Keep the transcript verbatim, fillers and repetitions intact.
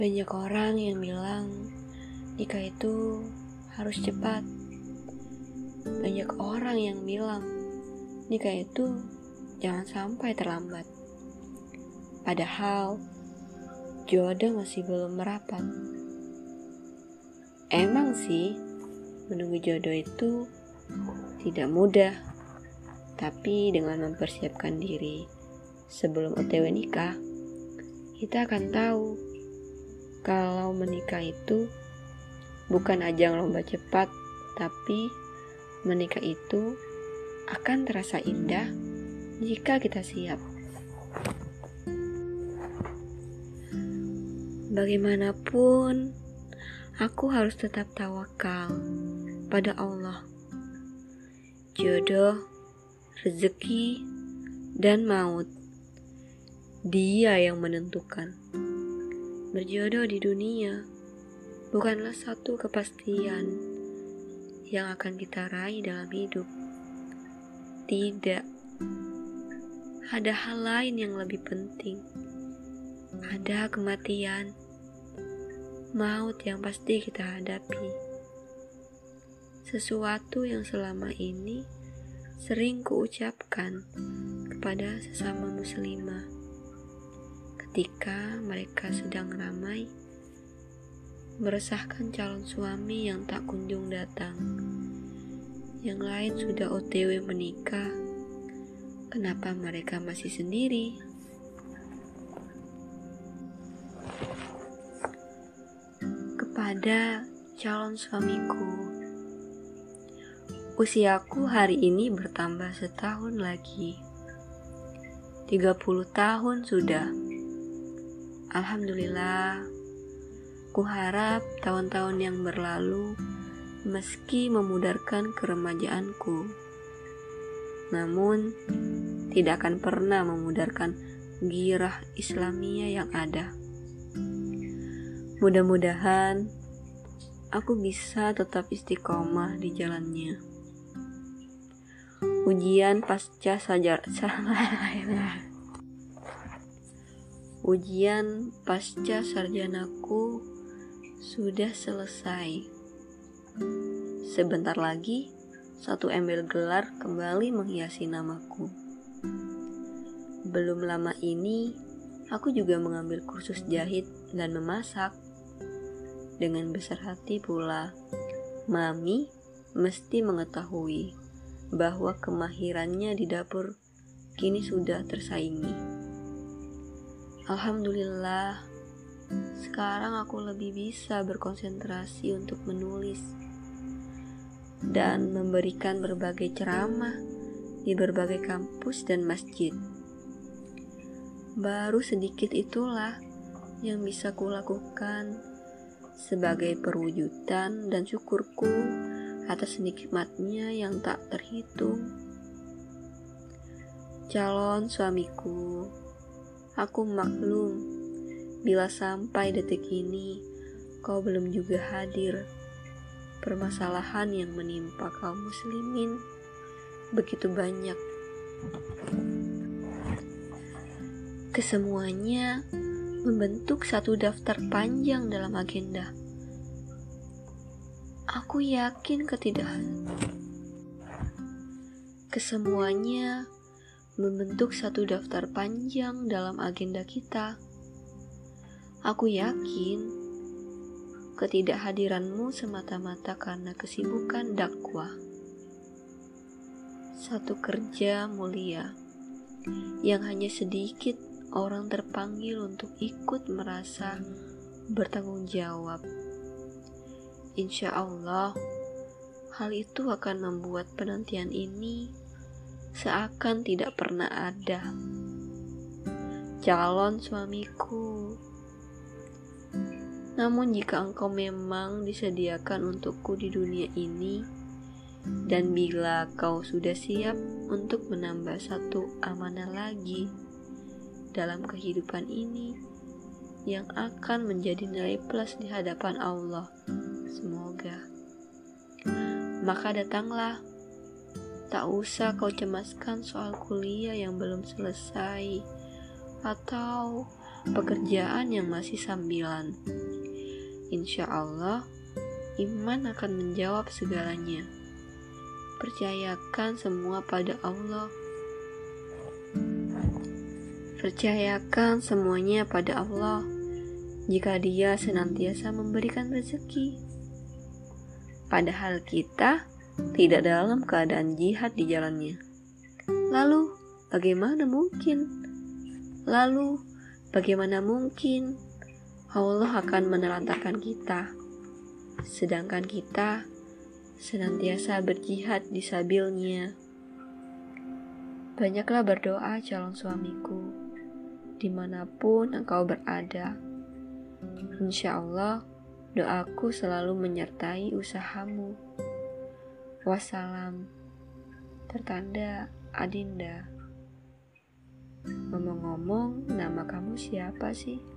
Banyak orang yang bilang nikah itu harus cepat. Banyak orang yang bilang nikah itu jangan sampai terlambat. Padahal jodoh masih belum merapat. Emang sih menunggu jodoh itu tidak mudah, tapi dengan mempersiapkan diri sebelum O T W nikah, kita akan tahu kalau menikah itu bukan ajang lomba cepat, tapi menikah itu akan terasa indah jika kita siap. Bagaimanapun, aku harus tetap tawakal pada Allah. Jodoh, rezeki, dan maut, Dia yang menentukan. Berjodoh di dunia bukanlah satu kepastian yang akan kita raih dalam hidup. Tidak, ada hal lain yang lebih penting. Ada kematian, maut yang pasti kita hadapi. Sesuatu yang selama ini sering kuucapkan kepada sesama muslimah ketika mereka sedang ramai meresahkan calon suami yang tak kunjung datang. Yang lain sudah O T W menikah, kenapa mereka masih sendiri? Kepada calon suamiku, usiaku hari ini bertambah setahun lagi. tiga puluh tahun sudah. Alhamdulillah, kuharap tahun-tahun yang berlalu meski memudarkan keremajaanku, namun tidak akan pernah memudarkan gairah Islamiyah yang ada. Mudah-mudahan aku bisa tetap istiqomah di jalannya. Ujian pasca sajar Ujian pasca sarjanaku sudah selesai. Sebentar lagi, satu embel gelar kembali menghiasi namaku. Belum lama ini, aku juga mengambil kursus jahit dan memasak. Dengan besar hati pula, Mami mesti mengetahui bahwa kemahirannya di dapur kini sudah tersaingi. Alhamdulillah, sekarang aku lebih bisa berkonsentrasi untuk menulis dan memberikan berbagai ceramah di berbagai kampus dan masjid. Baru sedikit itulah yang bisa kulakukan sebagai perwujudan dan syukurku atas nikmatnya yang tak terhitung. Calon suamiku, aku maklum bila sampai detik ini kau belum juga hadir. Permasalahan yang menimpa kaum muslimin begitu banyak. Kesemuanya membentuk satu daftar panjang dalam agenda. Aku yakin ketidak Kesemuanya membentuk satu daftar panjang dalam agenda kita. Aku yakin ketidakhadiranmu semata-mata karena kesibukan dakwah. Satu kerja mulia yang hanya sedikit orang terpanggil untuk ikut merasa bertanggung jawab. Insya Allah, hal itu akan membuat penantian ini seakan tidak pernah ada. Calon suamiku, namun jika engkau memang disediakan untukku di dunia ini, dan bila kau sudah siap untuk menambah satu amanah lagi dalam kehidupan ini yang akan menjadi nilai plus di hadapan Allah, semoga, maka datanglah. Tak usah kau cemaskan soal kuliah yang belum selesai, atau pekerjaan yang masih sambilan. Insya Allah, iman akan menjawab segalanya. Percayakan semua pada Allah. Percayakan semuanya pada Allah, jika Dia senantiasa memberikan rezeki. Padahal kita tidak dalam keadaan jihad di jalannya. Lalu, bagaimana mungkin? Lalu, bagaimana mungkin Allah akan menelantarkan kita, sedangkan kita senantiasa berjihad di sabilinya? Banyaklah berdoa calon suamiku, dimanapun engkau berada. Insya Allah, doaku selalu menyertai usahamu. Wassalam. Tertanda Adinda. Ngomong-ngomong, nama kamu siapa sih?